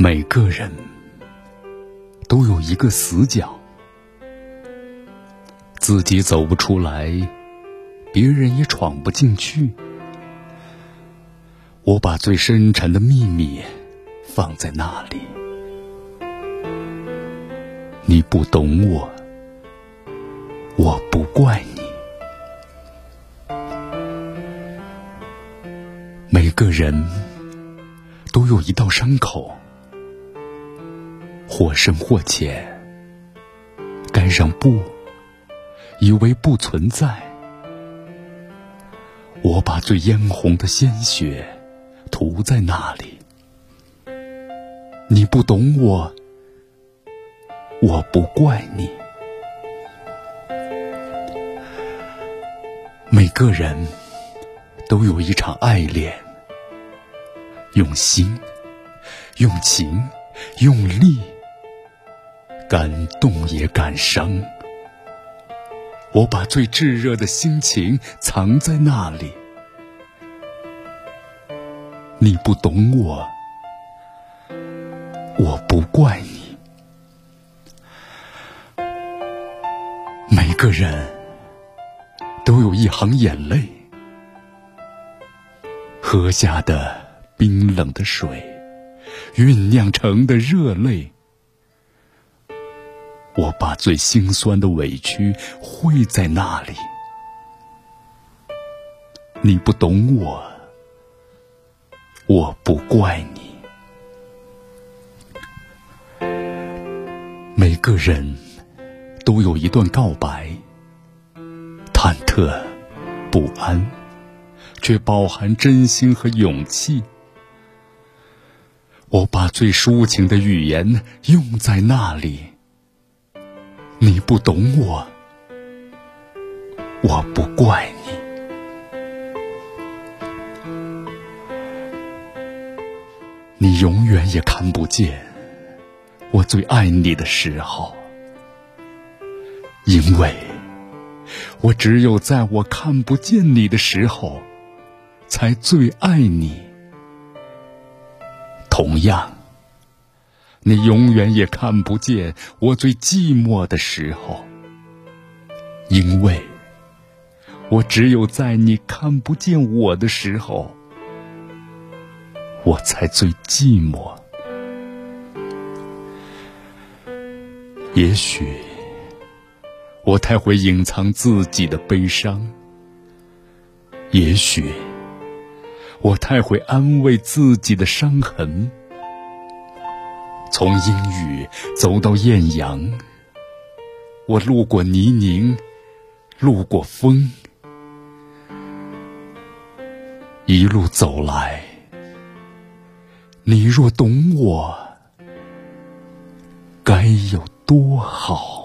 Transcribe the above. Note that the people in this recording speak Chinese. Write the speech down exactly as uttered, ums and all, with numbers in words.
每个人都有一个死角，自己走不出来，别人也闯不进去。我把最深沉的秘密放在那里，你不懂我，我不怪你。每个人都有一道伤口，或深或浅，盖上布，以为不存在。我把最嫣红的鲜血涂在那里，你不懂我，我不怪你。每个人都有一场爱恋，用心，用情，用力，感动也感伤。我把最炙热的心情藏在那里，你不懂我，我不怪你。每个人都有一行眼泪，喝下的冰冷的水，酝酿成的热泪。我把最心酸的委屈汇在那里，你不懂我，我不怪你。每个人都有一段告白，忐忑不安，却饱含真心和勇气。我把最抒情的语言用在那里，你不懂我，我不怪你。你永远也看不见我最爱你的时候，因为我只有在我看不见你的时候，才最爱你。同样，你永远也看不见我最寂寞的时候，因为我只有在你看不见我的时候，我才最寂寞。也许我太会隐藏自己的悲伤，也许我太会安慰自己的伤痕。从阴雨走到艳阳，我路过泥泞，路过风，一路走来，你若懂我，该有多好。